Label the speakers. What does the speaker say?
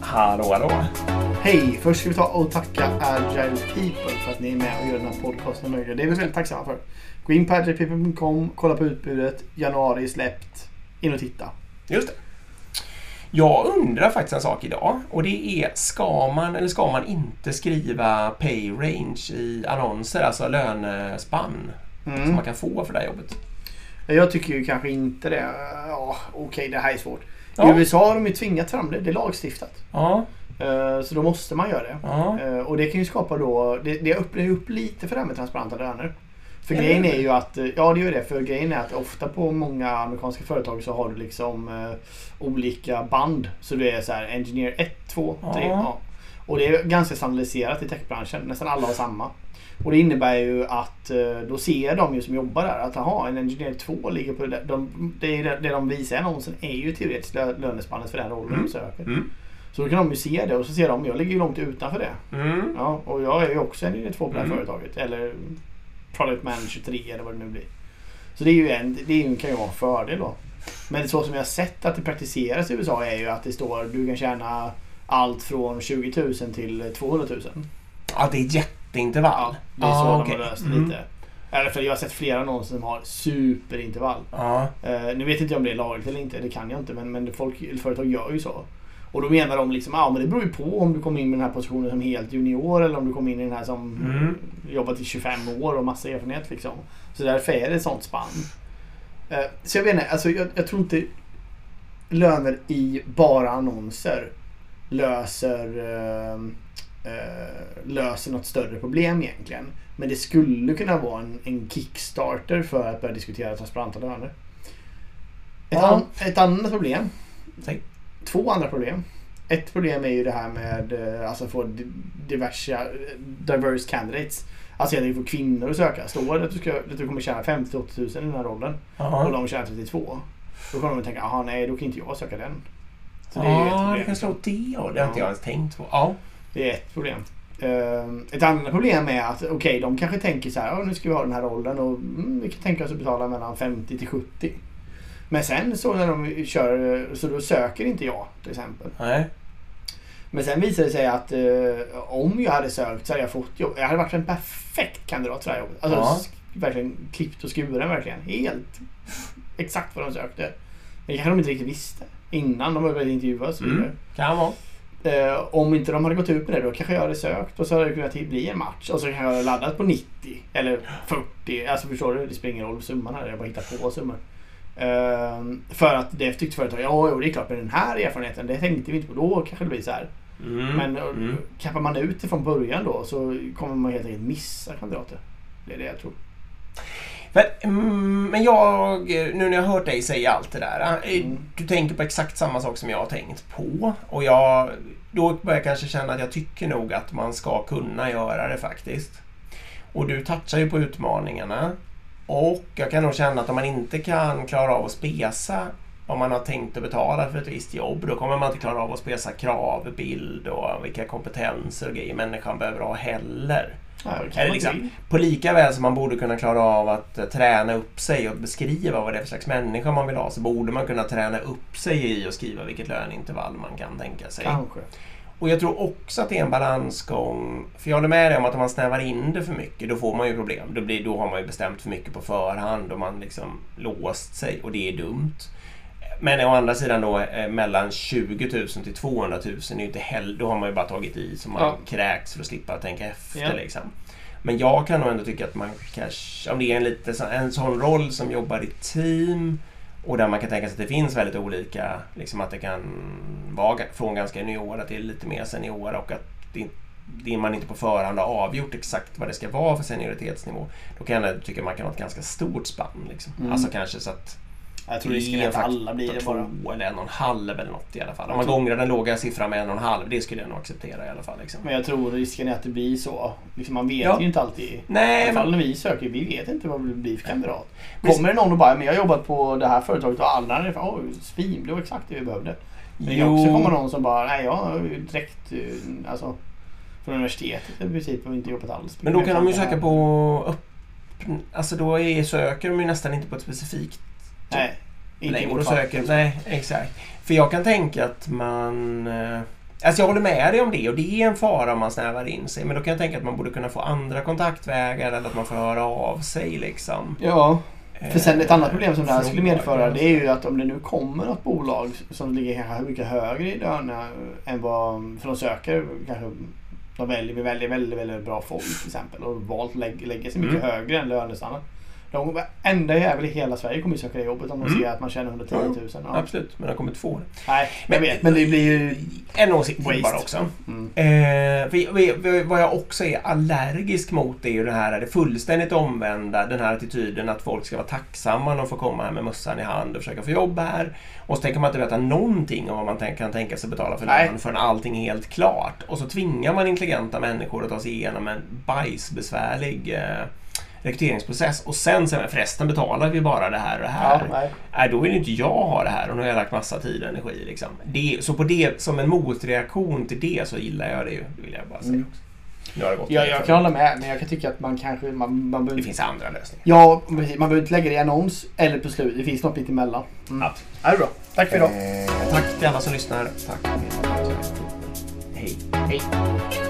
Speaker 1: Hallå.
Speaker 2: Hej, först ska vi ta och tacka Agile People för att ni är med och gör den här podcasten möjlig. Det är vi väldigt tacksamma för. Gå in på agilepeople.com, kolla på utbudet. Januari är släppt. In och titta.
Speaker 1: Just det. Jag undrar faktiskt en sak idag. Och det är, ska man inte skriva pay range i annonser, alltså lönespann som man kan få för det här jobbet?
Speaker 2: Jag tycker ju kanske inte det. Ja, okej, det här är svårt.
Speaker 1: Ja.
Speaker 2: I USA har de ju tvingat fram det. Det är lagstiftat.
Speaker 1: Ja.
Speaker 2: Så då måste man göra det.
Speaker 1: Ja.
Speaker 2: Och det kan ju skapa då... Det öppnar upp lite för det här med transparenta löner. För grejen är ju att... Ja, det gör det. För grejen är att ofta på många amerikanska företag så har du liksom olika band. Så det är så här engineer 1, 2, 3. Ja. Och det är ganska standardiserat i techbranschen. Nästan alla har samma. Och det innebär ju att då ser de ju som jobbar där att en engineer 2 ligger på det. Det de visar i annonsen är ju teoretiskt lönespannet för den rollen de söker. Så då kan de ju se det och så ser de, jag ligger ju långt utanför det. Ja, och jag är ju också engineer 2 på det här företaget. Eller product manager 3 eller vad det nu blir. Så det kan ju vara en fördel då. Men så som jag har sett att det praktiseras i USA är ju att det står du kan tjäna allt från 20 000 till 200 000.
Speaker 1: Ja, det är jätteintervall.
Speaker 2: Ja, det är så de har löst lite. Eller för jag har sett flera annonser som har superintervall. Nu vet inte jag om det är lagligt eller inte, det kan jag inte, men företag gör ju så. Och då menar de liksom, men det beror ju på om du kommer in med den här positionen som helt junior eller om du kommer in i den här som jobbat i 25 år och massa erfarenhet liksom. Så därför är det ett sånt spann. Så jag vet inte, alltså jag tror inte löner i bara annonser löser något större problem egentligen. Men det skulle kunna vara en kickstarter för att börja diskutera transparenta löner. Ett annat problem. Två andra problem. Ett problem är ju det här med alltså få diverse candidates. Alltså att du får kvinnor att söka. Står det att du kommer tjäna 50 000 80 000 i den här rollen och de tjänar 32. Då kommer de tänka, nej, då kan inte jag söka den. Så det är ju ett problem.
Speaker 1: Det kan slå det och det har inte jag ens tänkt på. Ja.
Speaker 2: Det är ett problem. Ett annat problem är att de kanske tänker så här, nu ska vi ha den här rollen och vi kan tänka oss att betala mellan 50 till 70. Men sen så när de kör, så då söker inte jag till exempel.
Speaker 1: Nej.
Speaker 2: Men sen visar det sig att om jag hade sökt så hade jag fått jobb. Jag hade varit en perfekt kandidat för det här jobbet. Alltså verkligen klippt och skuren verkligen. Helt exakt vad de sökte. Men kanske de inte riktigt visste innan de började intervjua så vidare.
Speaker 1: Kan vara.
Speaker 2: Om inte de hade gått ut med det då kanske jag hade sökt och så hade det kunnat bli en match och så kanske jag hade laddat på 90 eller 40, alltså förstår du, det spelar ingen roll summan här, jag bara hittar på summor. För att det tyckte företaget, det är klart med den här erfarenheten, det tänkte vi inte på, då kanske det blir så här. Men kappar man ut det från början då så kommer man helt enkelt missa kandidater. Det är det jag tror.
Speaker 1: Men jag, nu när jag har hört dig säga allt det där, du tänker på exakt samma sak som jag har tänkt på och då börjar jag kanske känna att jag tycker nog att man ska kunna göra det faktiskt. Och du touchar ju på utmaningarna och jag kan nog känna att om man inte kan klara av att spesa om man har tänkt att betala för ett visst jobb, då kommer man inte klara av att spesa kravbild och vilka kompetenser och grejer människan behöver ha heller. Eller liksom, på lika väl som man borde kunna klara av att träna upp sig och beskriva vad det är för slags människa man vill ha, så borde man kunna träna upp sig i och skriva vilket löneintervall man kan tänka sig.
Speaker 2: Kanske.
Speaker 1: Och jag tror också att det är en balansgång, för jag håller med dig om att om man snävar in det för mycket, då får man ju problem. Då har man ju bestämt för mycket på förhand och man liksom låst sig och det är dumt. Men å andra sidan då mellan 20 000 till 200 000 är ju inte heller, då har man ju bara tagit i som man kräks för att slippa tänka efter liksom. Men jag kan nog ändå tycka att man kanske, om det är en sån roll som jobbar i team och där man kan tänka sig att det finns väldigt olika, liksom att det kan vara från ganska junior till lite mer senior och att det man inte på förhand har avgjort exakt vad det ska vara för senioritetsnivå, då kan jag tycka att man kan ha ett ganska stort spann liksom. Alltså kanske så att
Speaker 2: jag tror risken är att alla blir det bara.
Speaker 1: 2 eller 1,5 eller något i alla fall. Om man gångrar den låga siffran med 1,5, det skulle jag nog acceptera i alla fall. Liksom.
Speaker 2: Men jag tror risken är att det blir så. Liksom man vet ju inte alltid.
Speaker 1: Nej,
Speaker 2: i alla fall när vi söker, vi vet inte vad det blir för kandidat. Kommer det någon och bara, men jag har jobbat på det här företaget och alla är svin, det var exakt det vi behövde. Men det kan också komma någon som bara, nej jag har direkt alltså, från universitetet i princip och inte jobbat alls.
Speaker 1: Men då kan de ju söka på alltså då söker de ju nästan inte på ett specifikt.
Speaker 2: Nej, inte
Speaker 1: längre och söker. Nej, exakt. För jag kan tänka att man Alltså jag håller med dig om det och det är en fara om man snävar in sig. Men då kan jag tänka att man borde kunna få andra kontaktvägar eller att man får höra av sig liksom.
Speaker 2: Ja, för sen ett annat problem som det här skulle medföra, det är ju att om det nu kommer något bolag som ligger kanske mycket högre i lönerna än vad, för de söker kanske, de väljer väldigt bra folk till exempel och valt lägger sig mycket högre än lönestandard. De enda jävel i hela Sverige kommer ju söka det jobbet om de ser att man tjänar 110 000. Ja.
Speaker 1: Absolut, men de kommer inte få det.
Speaker 2: Nej, men det blir ju
Speaker 1: en åsikt bara också. Vad jag också är allergisk mot är ju det fullständigt omvända, den här attityden att folk ska vara tacksamma när de får komma här med mössan i hand och försöka få jobb här. Och så tänker man inte veta någonting om vad man kan tänka sig betala för lön förrän allting är helt klart. Och så tvingar man intelligenta människor att ta sig igenom en bajsbesvärlig rekryteringsprocess och sen förresten betalar vi bara det här och det här. Då vill inte jag ha det här och nu har jag lagt massa tid och energi liksom. Så på det, som en motreaktion till det så gillar jag det ju, det vill jag bara säga också.
Speaker 2: Jag kan hålla med, men jag kan tycka att man kanske
Speaker 1: det finns andra lösningar.
Speaker 2: Ja, man behöver inte lägga det i annons eller på slut. Det finns något lite emellan.
Speaker 1: Ja,
Speaker 2: det är bra. Tack för idag.
Speaker 1: Tack till alla som lyssnar. Tack. Hej.